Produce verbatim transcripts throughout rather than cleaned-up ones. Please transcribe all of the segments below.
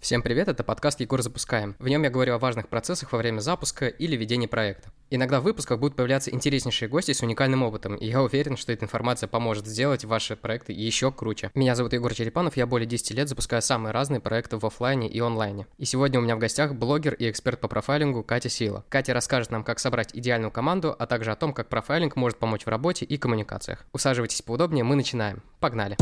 Всем привет, это подкаст «Егор, запускаем». В нем я говорю о важных процессах во время запуска или ведения проекта. Иногда в выпусках будут появляться интереснейшие гости с уникальным опытом, и я уверен, что эта информация поможет сделать ваши проекты еще круче. Меня зовут Егор Черепанов, я более десять лет запускаю самые разные проекты в офлайне и онлайне. И сегодня у меня в гостях блогер и эксперт по профайлингу Катя Сила. Катя расскажет нам, как собрать идеальную команду, а также о том, как профайлинг может помочь в работе и коммуникациях. Усаживайтесь поудобнее, мы начинаем. Погнали!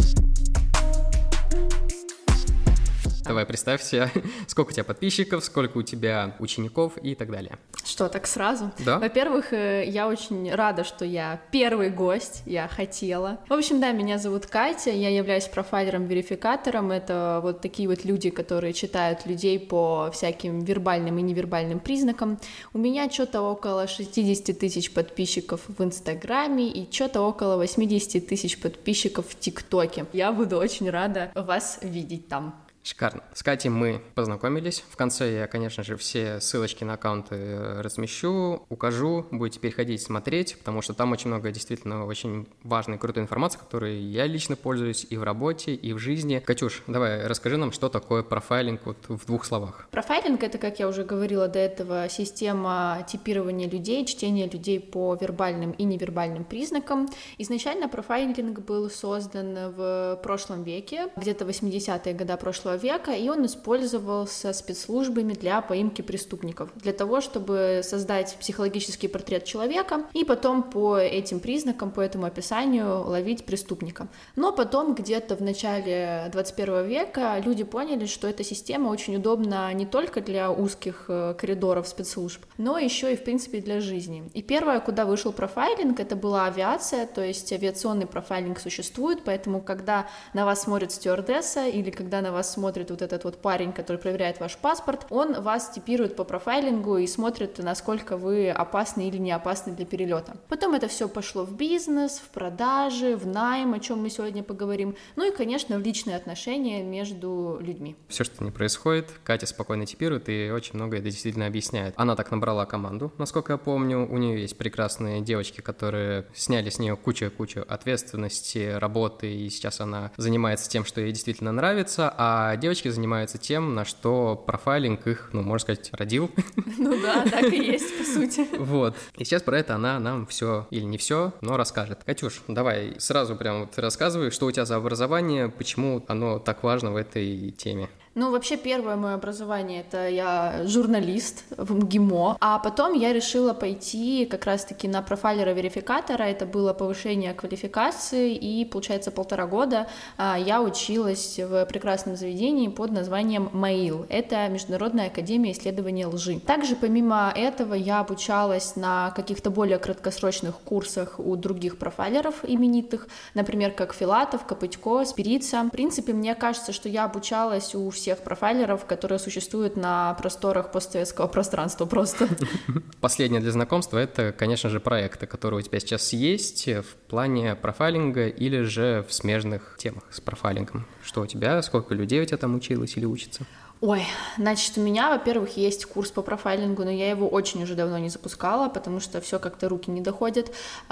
Давай представься, сколько у тебя подписчиков, сколько у тебя учеников и так далее. Что, так сразу? Да. Во-первых, я очень рада, что я первый гость, я хотела. В общем, да, меня зовут Катя, я являюсь профайлером-верификатором. Это вот такие вот люди, которые читают людей по всяким вербальным и невербальным признакам. У меня что-то около шестьдесят тысяч подписчиков в Инстаграме и что-то около восемьдесят тысяч подписчиков в ТикТоке. Я буду очень рада вас видеть там. Шикарно. С Катей мы познакомились. В конце я, конечно же, все ссылочки на аккаунты размещу, укажу, будете переходить смотреть, потому что там очень много действительно очень важной и крутой информации, которой я лично пользуюсь и в работе, и в жизни. Катюш, давай расскажи нам, что такое профайлинг вот в двух словах. Профайлинг — это, как я уже говорила до этого, система типирования людей, чтения людей по вербальным и невербальным признакам. Изначально профайлинг был создан в прошлом веке, где-то восьмидесятые годы прошлого века, и он использовался спецслужбами для поимки преступников, для того, чтобы создать психологический портрет человека и потом по этим признакам, по этому описанию ловить преступника. Но потом где-то в начале двадцать первого века люди поняли, что эта система очень удобна не только для узких коридоров спецслужб, но еще и, в принципе, для жизни. И первое, куда вышел профайлинг, это была авиация, то есть авиационный профайлинг существует, поэтому когда на вас смотрит стюардесса или когда на вас смотрит вот этот вот парень, который проверяет ваш паспорт, он вас типирует по профайлингу и смотрит, насколько вы опасны или не опасны для перелета. Потом это все пошло в бизнес, в продажи, в найм, о чем мы сегодня поговорим, ну и, конечно, в личные отношения между людьми. Все, что не происходит, Катя спокойно типирует и очень много это действительно объясняет. Она так набрала команду, насколько я помню, у нее есть прекрасные девочки, которые сняли с нее кучу-кучу ответственности, работы, и сейчас она занимается тем, что ей действительно нравится, а девочки занимаются тем, на что профайлинг их, ну, можно сказать, родил. Ну да, так и есть, по сути. Вот. И сейчас про это она нам все, или не все, но расскажет. Катюш, давай сразу прям вот рассказывай, что у тебя за образование, почему оно так важно в этой теме. Ну, вообще, первое мое образование — это я журналист в МГИМО, а потом я решила пойти как раз-таки на профайлера-верификатора, это было повышение квалификации, и, получается, полтора года я училась в прекрасном заведении под названием МЭИЛ, это Международная академия исследования лжи. Также, помимо этого, я обучалась на каких-то более краткосрочных курсах у других профайлеров именитых, например, как Филатов, Копытько, Спирица. В принципе, мне кажется, что я обучалась у всех всех профайлеров, которые существуют на просторах постсоветского пространства просто. Последнее для знакомства — это, конечно же, проекты, которые у тебя сейчас есть в плане профайлинга или же в смежных темах с профайлингом. Что у тебя, сколько людей у тебя там училось или учится? Ой, значит, у меня, во-первых, есть курс по профайлингу, но я его очень уже давно не запускала, потому что все как-то руки не доходят.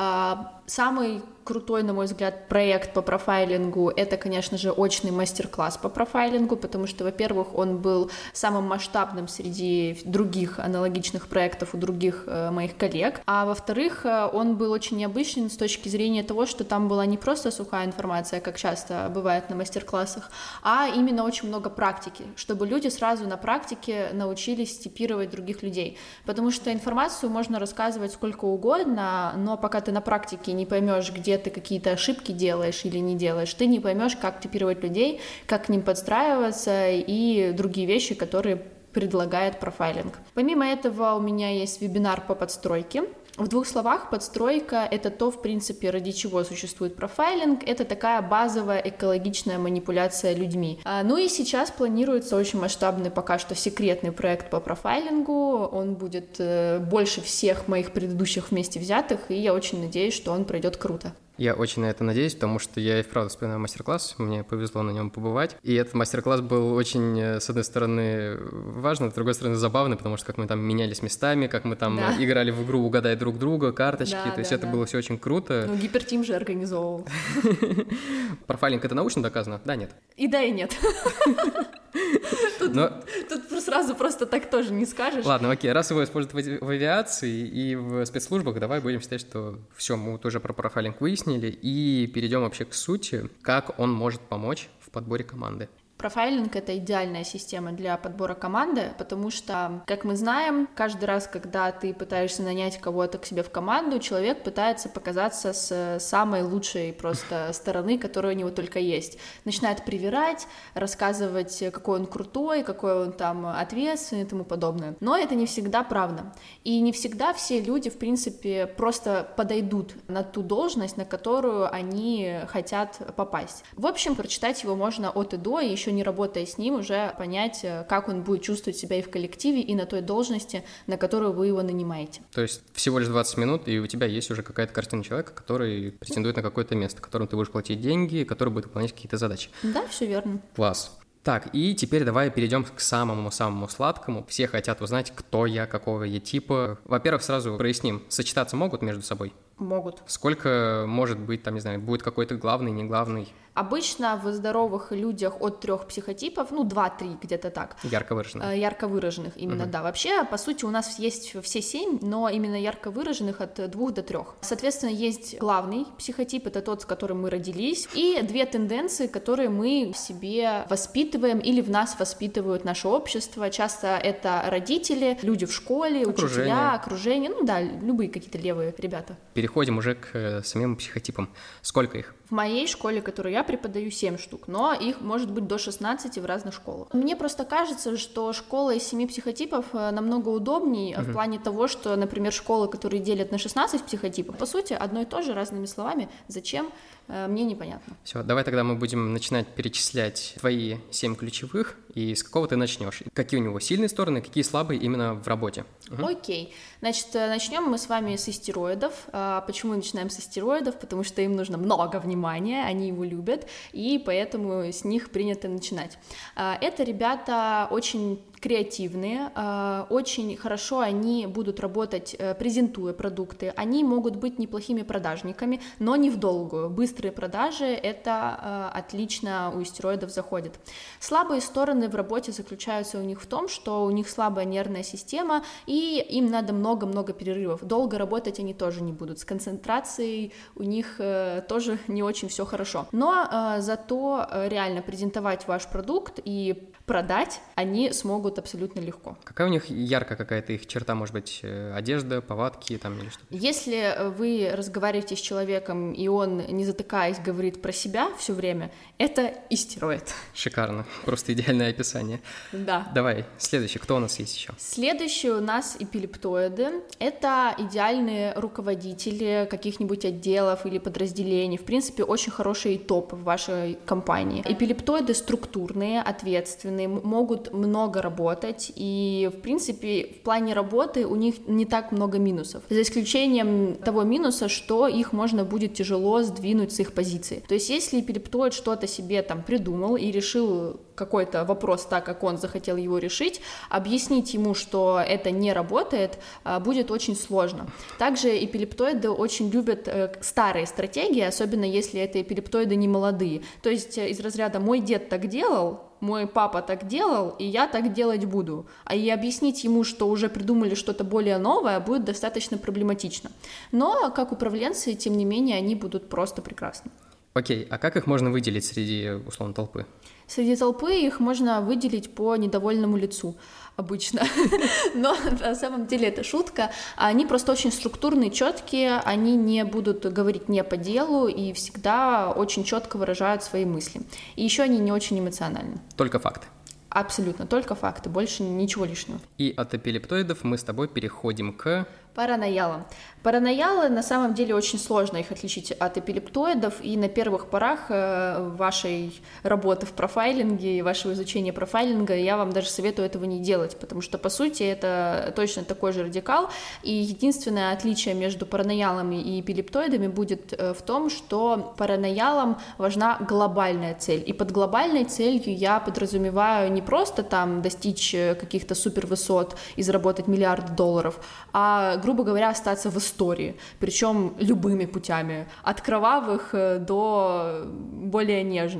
Самый крутой, на мой взгляд, проект по профайлингу — это, конечно же, очный мастер-класс по профайлингу, потому что, во-первых, он был самым масштабным среди других аналогичных проектов у других э, моих коллег, а во-вторых, он был очень необычен с точки зрения того, что там была не просто сухая информация, как часто бывает на мастер-классах, а именно очень много практики, чтобы люди сразу на практике научились типировать других людей, потому что информацию можно рассказывать сколько угодно, но пока ты на практике не поймешь, где ты какие-то ошибки делаешь или не делаешь, ты не поймешь, как типировать людей, как к ним подстраиваться и другие вещи, которые предлагает профайлинг. Помимо этого, у меня есть вебинар по подстройке. В двух словах, подстройка — это то, в принципе, ради чего существует профайлинг. Это такая базовая экологичная манипуляция людьми. Ну и сейчас планируется очень масштабный, пока что секретный проект по профайлингу. Он будет больше всех моих предыдущих вместе взятых, и я очень надеюсь, что он пройдет круто. Я очень на это надеюсь, потому что я и вправду вспоминаю мастер-класс, мне повезло на нем побывать. И этот мастер-класс был очень, с одной стороны, важный, с другой стороны, забавный, потому что как мы там менялись местами, как мы там да. играли в игру «Угадай друг друга», карточки, да, то есть да, это да. было все очень круто. Ну, Гипертим же организовывал. Профайлинг — это научно доказано? Да, нет? И да, и нет. Но... Тут сразу просто так тоже не скажешь. Ладно, окей, раз его используют в авиации и в спецслужбах, давай будем считать, что все, мы вот уже про профайлинг выяснили, и перейдем вообще к сути, как он может помочь в подборе команды. Профайлинг — это идеальная система для подбора команды, потому что, как мы знаем, каждый раз, когда ты пытаешься нанять кого-то к себе в команду, человек пытается показаться с самой лучшей просто стороны, которая у него только есть. Начинает привирать, рассказывать, какой он крутой, какой он там ответственный и тому подобное. Но это не всегда правда. И не всегда все люди, в принципе, просто подойдут на ту должность, на которую они хотят попасть. В общем, прочитать его можно от и до, и еще не работая с ним, уже понять, как он будет чувствовать себя и в коллективе, и на той должности, на которую вы его нанимаете. То есть всего лишь двадцать минут, и у тебя есть уже какая-то картина человека, который претендует на какое-то место, которому ты будешь платить деньги, который будет выполнять какие-то задачи. Да, все верно. Класс. Так, и теперь давай перейдем к самому-самому сладкому. Все хотят узнать, кто я, какого я типа. Во-первых, сразу проясним, сочетаться могут между собой? Могут. Сколько может быть, там, не знаю, будет какой-то главный, не главный? Обычно в здоровых людях от трех психотипов, ну, два-три где-то так. Ярко выраженных. Ярко выраженных, именно, угу. Да. Вообще, по сути, у нас есть все семь, но именно ярко выраженных от двух до трех. Соответственно, есть главный психотип, это тот, с которым мы родились, и две тенденции, которые мы в себе воспитываем или в нас воспитывают наше общество. Часто это родители, люди в школе, окружение. Учителя, окружение, ну да, любые какие-то левые ребята. Переходим уже к самим психотипам. Сколько их? В моей школе, которую я преподаю, семь штук, но их может быть до шестнадцати в разных школах. Мне просто кажется, что школа из семи психотипов намного удобнее, угу. В плане того, что, например, школы, которые делят на шестнадцать психотипов, по сути, одно и то же, разными словами. Зачем? Мне непонятно. Все, давай тогда мы будем начинать перечислять твои семь ключевых, и с какого ты начнешь. Какие у него сильные стороны, какие слабые именно в работе. Угу. Окей. Значит, начнем мы с вами с истероидов. Почему мы начинаем с истероидов? Потому что им нужно много внимания, они его любят, и поэтому с них принято начинать. Это ребята очень креативные, очень хорошо они будут работать, презентуя продукты, они могут быть неплохими продажниками, но не в долгую. Быстрые продажи — это отлично у истероидов заходит. Слабые стороны в работе заключаются у них в том, что у них слабая нервная система, и им надо много-много перерывов. Долго работать они тоже не будут, с концентрацией у них тоже не очень все хорошо. Но зато реально презентовать ваш продукт и продать они смогут абсолютно легко. Какая у них яркая какая-то их черта, может быть, одежда, повадки там или что-то? Если вы разговариваете с человеком, и он, не затыкаясь, говорит про себя все время, это истероид. Шикарно, просто идеальное описание. Да. Давай, следующий, кто у нас есть еще? Следующие у нас эпилептоиды. Это идеальные руководители каких-нибудь отделов или подразделений, в принципе, очень хороший топ в вашей компании. Эпилептоиды структурные, ответственные, могут много работать, и, в принципе, в плане работы у них не так много минусов, за исключением того минуса, что их можно будет тяжело сдвинуть с их позиции. То есть, если эпилептоид что-то себе там придумал и решил какой-то вопрос так, как он захотел его решить, объяснить ему, что это не работает, будет очень сложно. Также эпилептоиды очень любят старые стратегии, особенно если это эпилептоиды не молодые. То есть из разряда «мой дед так делал», мой папа так делал, и я так делать буду. А и объяснить ему, что уже придумали что-то более новое, будет достаточно проблематично. Но как управленцы, тем не менее, они будут просто прекрасны. Окей, а как их можно выделить среди, условно, толпы? Среди толпы их можно выделить по недовольному лицу обычно, но на самом деле это шутка. Они просто очень структурные, четкие, они не будут говорить не по делу и всегда очень четко выражают свои мысли. И еще они не очень эмоциональны. Только факты. Абсолютно, только факты, больше ничего лишнего. И от эпилептоидов мы с тобой переходим к... Параноялам. Параноялы, на самом деле, очень сложно их отличить от эпилептоидов, и на первых порах вашей работы в профайлинге и вашего изучения профайлинга я вам даже советую этого не делать, потому что, по сути, это точно такой же радикал, и единственное отличие между параноялами и эпилептоидами будет в том, что параноялам важна глобальная цель, и под глобальной целью я подразумеваю не просто там достичь каких-то супервысот и заработать миллиард долларов, а, грубо говоря, остаться в истории, причем любыми путями, от кровавых до более нежных.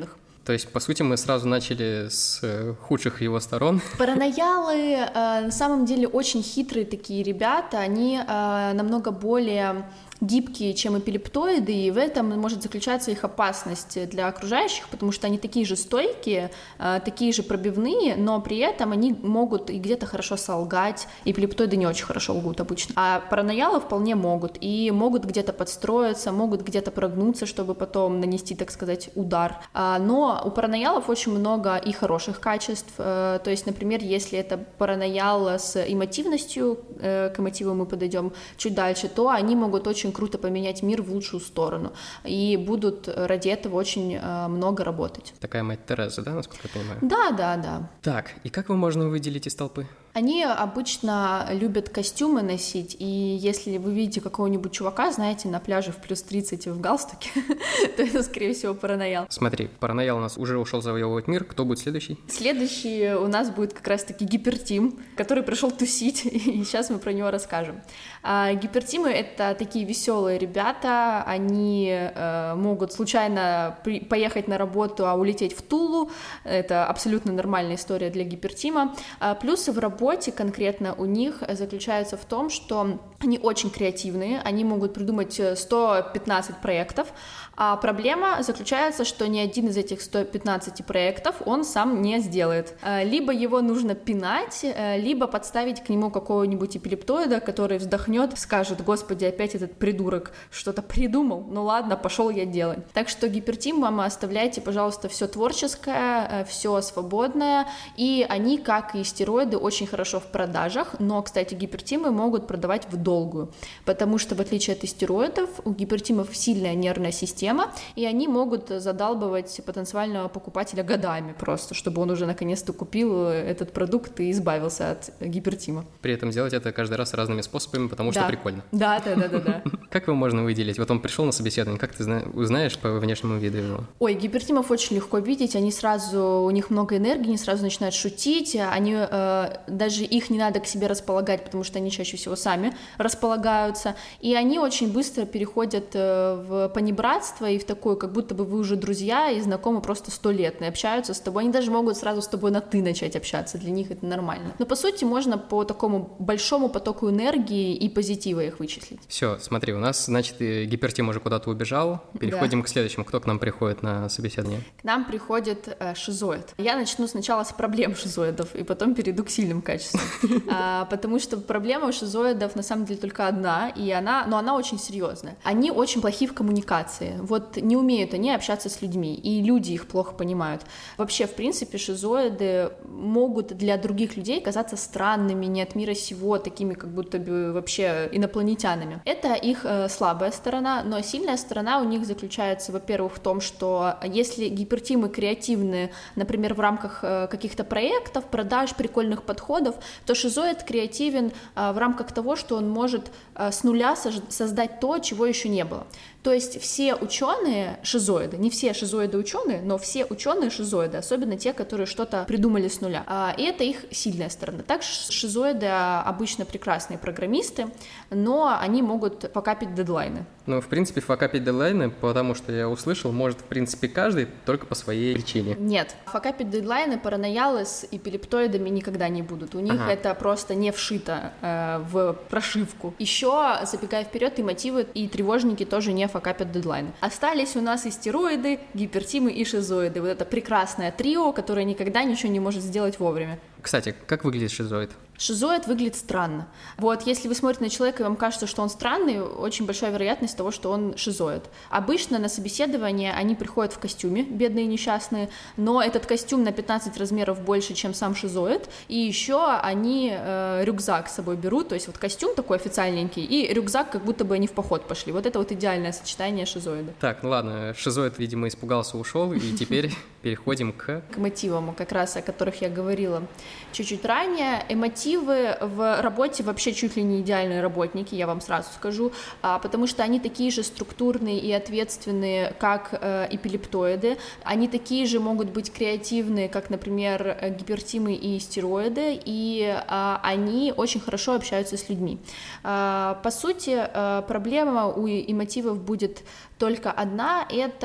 То есть, по сути, мы сразу начали с худших его сторон. Параноялы э, на самом деле очень хитрые такие ребята, они э, намного более гибкие, чем эпилептоиды, и в этом может заключаться их опасность для окружающих, потому что они такие же стойкие, такие же пробивные, но при этом они могут и где-то хорошо солгать. Эпилептоиды не очень хорошо лгут обычно, а параноялы вполне могут, и могут где-то подстроиться, могут где-то прогнуться, чтобы потом нанести, так сказать, удар. Но у параноялов очень много и хороших качеств, то есть, например, если это параноял с эмотивностью, к эмотиву мы подойдем чуть дальше, то они могут очень круто поменять мир в лучшую сторону и будут ради этого очень э, много работать. Такая мать Тереза, да, насколько я понимаю? Да, да, да. Так, и как его можно выделить из толпы? Они обычно любят костюмы носить, и если вы видите какого-нибудь чувака, знаете, на пляже в плюс тридцать в галстуке, то это, скорее всего, параноял. Смотри, параноял у нас уже ушел завоевывать мир, кто будет следующий? Следующий у нас будет как раз-таки гипертим, который пришел тусить, и сейчас мы про него расскажем. А, гипертимы — это такие веселые ребята, они э, могут случайно при- поехать на работу, а улететь в Тулу, это абсолютно нормальная история для гипертима. А, плюсы в работе конкретно у них заключаются в том, что они очень креативные, они могут придумать сто пятнадцать проектов, а проблема заключается, что ни один из этих ста пятнадцати проектов он сам не сделает. Либо его нужно пинать, либо подставить к нему какого-нибудь эпилептоида, который вздохнет, скажет: «Господи, опять этот придурок что-то придумал, ну ладно, пошел я делать». Так что гипертимам оставляйте, пожалуйста, все творческое, все свободное, и они, как и стероиды, очень хорошо в продажах, но, кстати, гипертимы могут продавать в долгую, потому что, в отличие от стероидов, у гипертимов сильная нервная система, и они могут задалбывать потенциального покупателя годами просто, чтобы он уже наконец-то купил этот продукт и избавился от гипертима. При этом делать это каждый раз разными способами, потому что да. прикольно. Да, да, да, да, да. Как его можно выделить? Вот он пришел на собеседование, как ты узнаешь по внешнему виду его? Ой, гипертимов очень легко видеть, они сразу, у них много энергии, они сразу начинают шутить, они, э, даже их не надо к себе располагать, потому что они чаще всего сами располагаются, и они очень быстро переходят в понебратство и в такое, как будто бы вы уже друзья и знакомы просто сто лет, и общаются с тобой, они даже могут сразу с тобой на «ты» начать общаться, для них это нормально. Но, по сути, можно по такому большому потоку энергии и позитива их вычислить. Все, смотри, у нас, значит, гипертим уже куда-то убежал, переходим да. к следующему. Кто к нам приходит на собеседование? К нам приходит э, шизоид. Я начну сначала с проблем шизоидов, и потом перейду к сильным качествам, потому что проблема у шизоидов на самом деле только одна, и она, но она очень серьезная. Они очень плохи в коммуникации. Вот не умеют они общаться с людьми, и люди их плохо понимают. Вообще, в принципе, шизоиды могут для других людей казаться странными, не от мира сего, такими как будто бы вообще инопланетянами. Это их э, слабая сторона, но сильная сторона у них заключается, во-первых, в том, что если гипертимы креативны, например, в рамках э, каких-то проектов, продаж, прикольных подходов, то шизоид креативен э, в рамках того, что он может э, с нуля сож- создать то, чего еще не было. То есть все ученые шизоиды, не все шизоиды ученые, но все ученые шизоиды, особенно те, которые что-то придумали с нуля. И это их сильная сторона. Также шизоиды обычно прекрасные программисты, но они могут факапить дедлайны. Ну, в принципе, факапить дедлайны, потому что я услышал, может, в принципе, каждый, только по своей причине. Нет, факапить дедлайны параноялы с эпилептоидами никогда не будут. У них ага. это просто не вшито э, в прошивку. Еще, забегая вперед, и мотивы, и тревожники тоже не факапят дедлайны. Остались у нас и стероиды, гипертимы и шизоиды. Вот это прекрасное трио, которое никогда ничего не может сделать вовремя. Кстати, как выглядит шизоид? Шизоид выглядит странно. Вот если вы смотрите на человека, и вам кажется, что он странный, очень большая вероятность того, что он шизоид. Обычно на собеседование они приходят в костюме, бедные несчастные, но этот костюм на пятнадцать размеров больше, чем сам шизоид, и еще они э, рюкзак с собой берут, то есть вот костюм такой официальненький, и рюкзак, как будто бы они в поход пошли. Вот это вот идеальное сочетание шизоида. Так, ну ладно, шизоид, видимо, испугался, ушел, и теперь переходим к... К мотивам, как раз о которых я говорила чуть-чуть ранее. Эмотивы в работе вообще чуть ли не идеальные работники, я вам сразу скажу, потому что они такие же структурные и ответственные, как эпилептоиды, они такие же могут быть креативные, как, например, гипертимы и стероиды, и они очень хорошо общаются с людьми. По сути, проблема у эмотивов будет только одна — это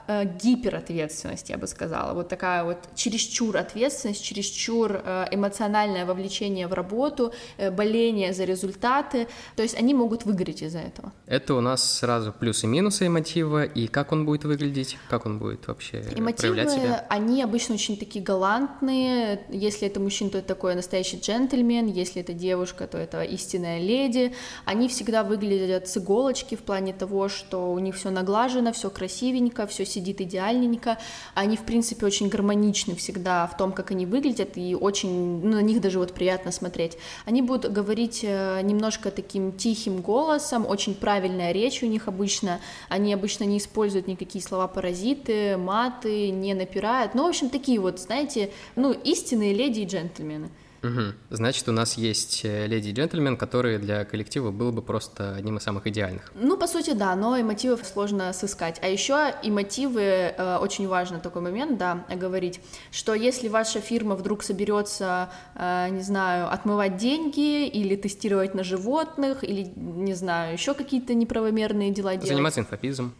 э, гиперответственность, я бы сказала, вот такая вот чересчур ответственность, чересчур э, эмоциональное вовлечение в работу, э, боление за результаты, то есть они могут выгореть из-за этого. Это у нас сразу плюсы и минусы эмотива, и как он будет выглядеть, как он будет вообще эмотивы, проявлять себя? Они обычно очень такие галантные, если это мужчина, то это такой настоящий джентльмен, если это девушка, то это истинная леди, они всегда выглядят с иголочки в плане того, что у них все наглажено, все красивенько, все сидит идеальненько, они, в принципе, очень гармоничны всегда в том, как они выглядят, и очень, ну, на них даже вот приятно смотреть. Они будут говорить немножко таким тихим голосом, очень правильная речь у них обычно, они обычно не используют никакие слова-паразиты, маты, не напирают, ну, в общем, такие вот, знаете, ну, истинные леди и джентльмены. Угу. Значит, у нас есть леди и джентльмен, которые для коллектива был бы просто одним из самых идеальных. Ну, по сути, да, но и мотивов сложно сыскать. А еще и мотивы, э, очень важно такой момент, да, говорить, что если ваша фирма вдруг соберется, э, не знаю, отмывать деньги или тестировать на животных, или, не знаю, еще какие-то неправомерные дела делать. Заниматься инфобизом.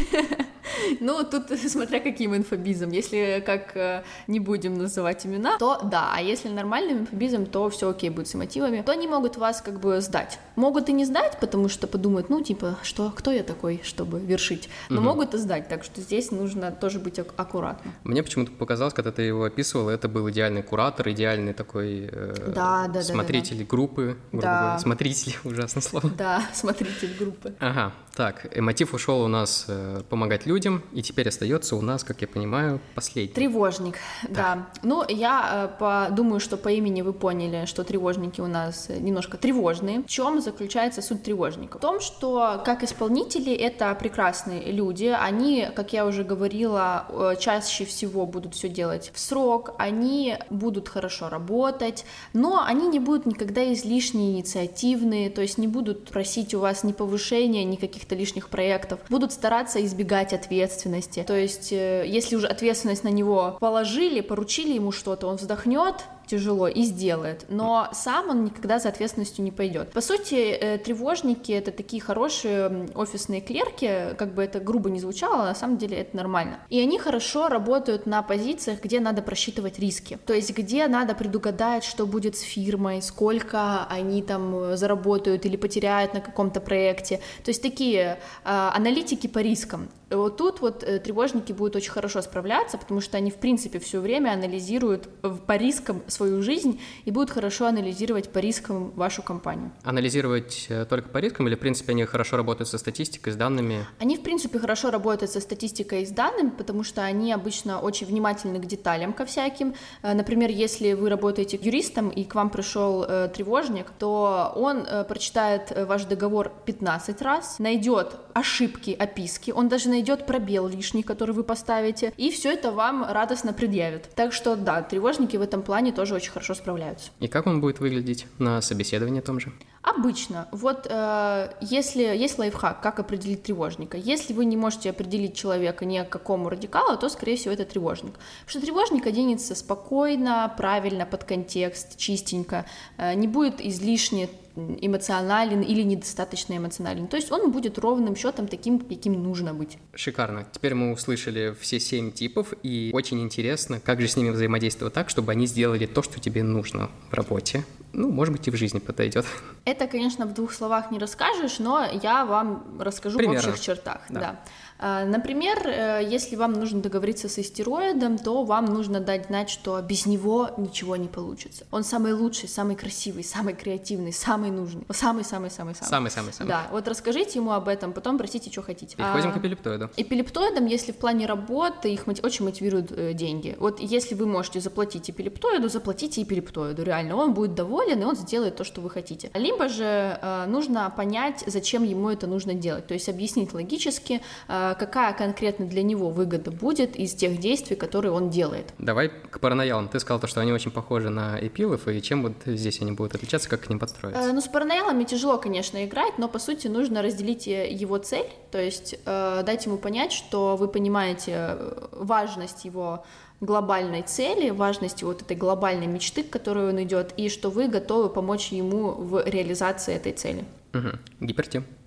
Ну, тут смотря каким инфобизом. Если как э, не будем называть имена, то да, а если нормальным инфобизом, то все окей будет с эмотивами, то они могут вас как бы сдать. Могут и не сдать, потому что подумают, ну, типа, что, кто я такой, чтобы вершить, но угу. могут и сдать, так что здесь нужно тоже быть ак- аккуратным. Мне почему-то показалось, когда ты его описывал, это был идеальный куратор, идеальный такой э, да, да, смотритель да, да. группы, грубо да. говоря. Смотритель, ужасное слово. Да, смотритель группы. Ага, так, эмотив ушел у нас э, помогать людям, и теперь остается у нас, как я понимаю, последний. Тревожник, да. да. Ну, я э, по, думаю, что по имени вы поняли, что тревожники у нас немножко тревожные. В чем заключается суть тревожников? В том, что как исполнители это прекрасные люди, они, как я уже говорила, чаще всего будут все делать в срок, они будут хорошо работать, но они не будут никогда излишне инициативные, то есть не будут просить у вас ни повышения, ни каких-то лишних проектов, будут стараться избегать ответственности. То есть, если уже ответственность на него положили, поручили ему что-то, он вздохнет тяжело и сделает, но сам он никогда за ответственностью не пойдет. По сути, тревожники — это такие хорошие офисные клерки, как бы это грубо не звучало, на самом деле это нормально. И они хорошо работают на позициях, где надо просчитывать риски, то есть где надо предугадать, что будет с фирмой, сколько они там заработают или потеряют на каком-то проекте, то есть такие а, аналитики по рискам. Вот тут вот тревожники будут очень хорошо справляться, потому что они, в принципе, все время анализируют по рискам свою жизнь и будут хорошо анализировать по рискам вашу компанию. Анализировать только по рискам или, в принципе, они хорошо работают со статистикой, с данными? Они, в принципе, хорошо работают со статистикой и с данными, потому что они обычно очень внимательны к деталям, ко всяким. Например, если вы работаете юристом и к вам пришел э, тревожник, то он э, прочитает ваш договор пятнадцать раз, найдет ошибки, описки, он даже найдет пробел лишний, который вы поставите, и все это вам радостно предъявит. Так что да, тревожники в этом плане тоже очень хорошо справляются. И как он будет выглядеть на собеседовании том же? Обычно. Вот э, если есть лайфхак, как определить тревожника. Если вы не можете определить человека ни к какому радикалу, то, скорее всего, это тревожник. Потому что тревожник оденется спокойно, правильно, под контекст, чистенько, э, не будет излишне эмоционален или недостаточно эмоционален. То есть он будет ровным счетом таким, каким нужно быть. Шикарно. Теперь мы услышали все семь типов, и очень интересно, как же с ними взаимодействовать так, чтобы они сделали то, что тебе нужно в работе. Ну, может быть, и в жизни подойдет. Это, конечно, в двух словах не расскажешь, но я вам расскажу Примерно. в общих чертах. Да. Да. Например, если вам нужно договориться с истероидом, то вам нужно дать знать, что без него ничего не получится. Он самый лучший, самый красивый, самый креативный, самый нужный, самый-самый-самый-самый. Самый-самый-самый. Да, вот расскажите ему об этом, потом просите, что хотите. Переходим а, к эпилептоиду. Эпилептоидам, если в плане работы, их очень мотивируют э, деньги. Вот если вы можете заплатить эпилептоиду, заплатите эпилептоиду, реально, он будет доволен, и он сделает то, что вы хотите. Либо же э, нужно понять, зачем ему это нужно делать, то есть объяснить логически, э, какая конкретно для него выгода будет из тех действий, которые он делает. Давай к параноялам. Ты сказал, что они очень похожи на эпилов, и чем вот здесь они будут отличаться, как к ним подстроиться? Э, ну, с параноялами тяжело, конечно, играть, но, по сути, нужно разделить его цель, то есть э, дать ему понять, что вы понимаете важность его глобальной цели, важность вот этой глобальной мечты, к которой он идет, и что вы готовы помочь ему в реализации этой цели. Угу. Гипертим.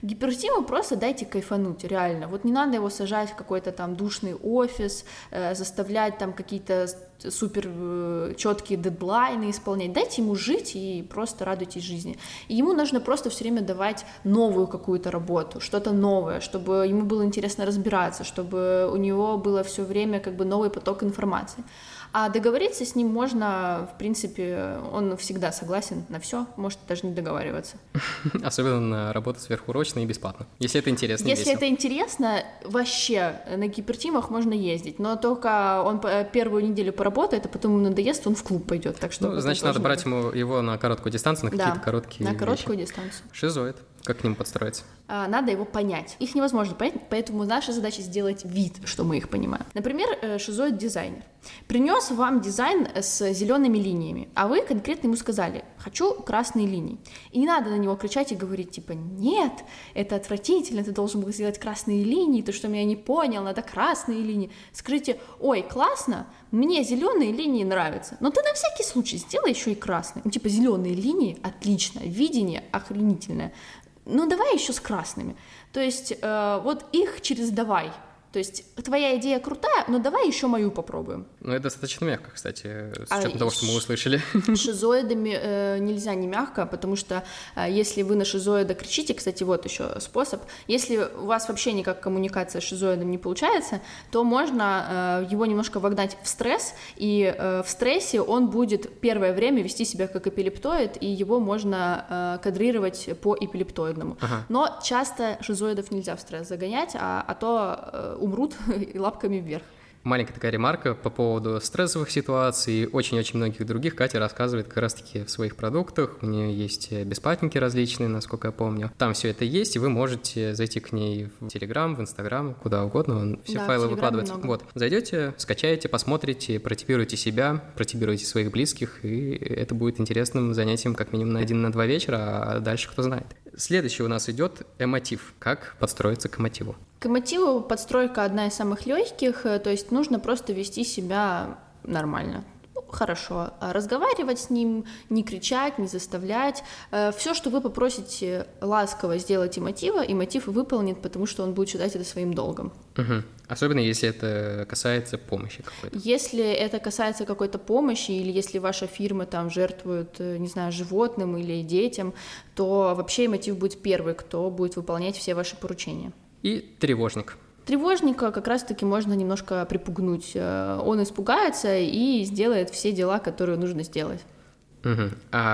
Гипертиму просто дайте кайфануть, реально. Вот не надо его сажать в какой-то там душный офис, э, заставлять там какие-то супер э, четкие дедлайны исполнять. Дайте ему жить и просто радуйтесь жизни. И ему нужно просто все время давать новую какую-то работу, что-то новое, чтобы ему было интересно разбираться, чтобы у него было все время как бы новый поток информации. А договориться с ним можно, в принципе, он всегда согласен на все, может даже не договариваться. Особенно на работу сверхурочно и бесплатно. Если это интересно. Если весело. это интересно, вообще на гипертимах можно ездить, но только он первую неделю поработает, а потом ему надоест, он в клуб пойдет. Так что ну, значит, надо брать ему его на короткую дистанцию, на какие-то да, короткие на короткую вещи. дистанцию. Шизоид. Как к ним подстроиться? Надо его понять. Их невозможно понять, поэтому наша задача сделать вид, что мы их понимаем. Например, шизоид-дизайнер принес вам дизайн с зелеными линиями, а вы конкретно ему сказали: хочу красные линии. И не надо на него кричать и говорить, типа, нет, это отвратительно, ты должен был сделать красные линии, ты что, меня не понял, надо красные линии. Скажите: ой, классно, мне зеленые линии нравятся, но ты на всякий случай сделай еще и красные. Ну, типа, зеленые линии отлично, видение охренительное. Ну, давай еще с красными. То есть, э, вот их через «давай». То есть, твоя идея крутая, но давай еще мою попробуем. Ну, это достаточно мягко, кстати, с учетом а того, что мы услышали. Шизоидами э, нельзя не мягко, потому что э, если вы на шизоида кричите, кстати, вот еще способ, если у вас вообще никак коммуникация с шизоидом не получается, то можно э, его немножко вогнать в стресс, и э, в стрессе он будет первое время вести себя как эпилептоид, и его можно э, кадрировать по эпилептоидному. Ага. Но часто шизоидов нельзя в стресс загонять, а, а то э, умрут и лапками вверх. Маленькая такая ремарка по поводу стрессовых ситуаций и очень-очень многих других. Катя рассказывает как раз-таки в своих продуктах. У нее есть бесплатники различные, насколько я помню. Там все это есть, и вы можете зайти к ней в Телеграм, в Инстаграм, куда угодно. Все да, файлы выкладываются. Много. Вот. Зайдете, скачаете, посмотрите, протипируйте себя, протипируйте своих близких, и это будет интересным занятием как минимум на один, на два вечера, а дальше кто знает. Следующий у нас идет эмотив. Как подстроиться к эмотиву? К эмотиву подстройка одна из самых легких, то есть нужно просто вести себя нормально. Хорошо, разговаривать с ним, не кричать, не заставлять. Все, что вы попросите ласково сделать эмотива, эмотив выполнит, потому что он будет считать это своим долгом. Угу. Особенно если это касается помощи какой-то. Если это касается какой-то помощи, или если ваша фирма там жертвует, не знаю, животным или детям, то вообще эмотив будет первый, кто будет выполнять все ваши поручения. И тревожник. Тревожника как раз-таки можно немножко припугнуть. Он испугается и сделает все дела, которые нужно сделать. Угу.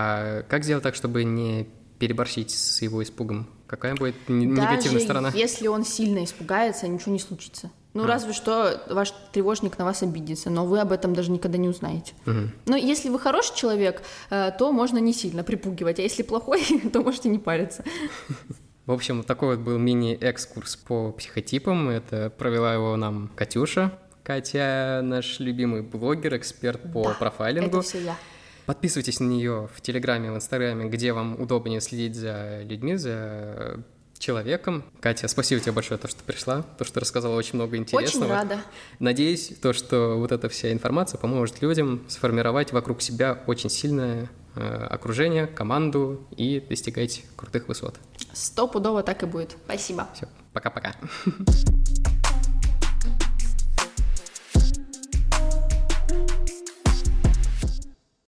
А как сделать так, чтобы не переборщить с его испугом? Какая будет негативная сторона? Даже если он сильно испугается, ничего не случится. Ну, а. разве что ваш тревожник на вас обидится, но вы об этом даже никогда не узнаете. Угу. Но если вы хороший человек, то можно не сильно припугивать, а если плохой, то можете не париться. В общем, такой вот был мини-экскурс по психотипам. Это провела его нам Катюша. Катя наш любимый блогер, эксперт по да, профайлингу. Это все я. Подписывайтесь на нее в Телеграме, в Инстаграме, где вам удобнее следить за людьми, за человеком. Катя, спасибо тебе большое, то, что пришла, то, что рассказала очень много интересного. Очень рада. Надеюсь, то, что вот эта вся информация поможет людям сформировать вокруг себя очень сильное э, окружение, команду и достигать крутых высот. Стопудово так и будет. Спасибо. Все, пока-пока.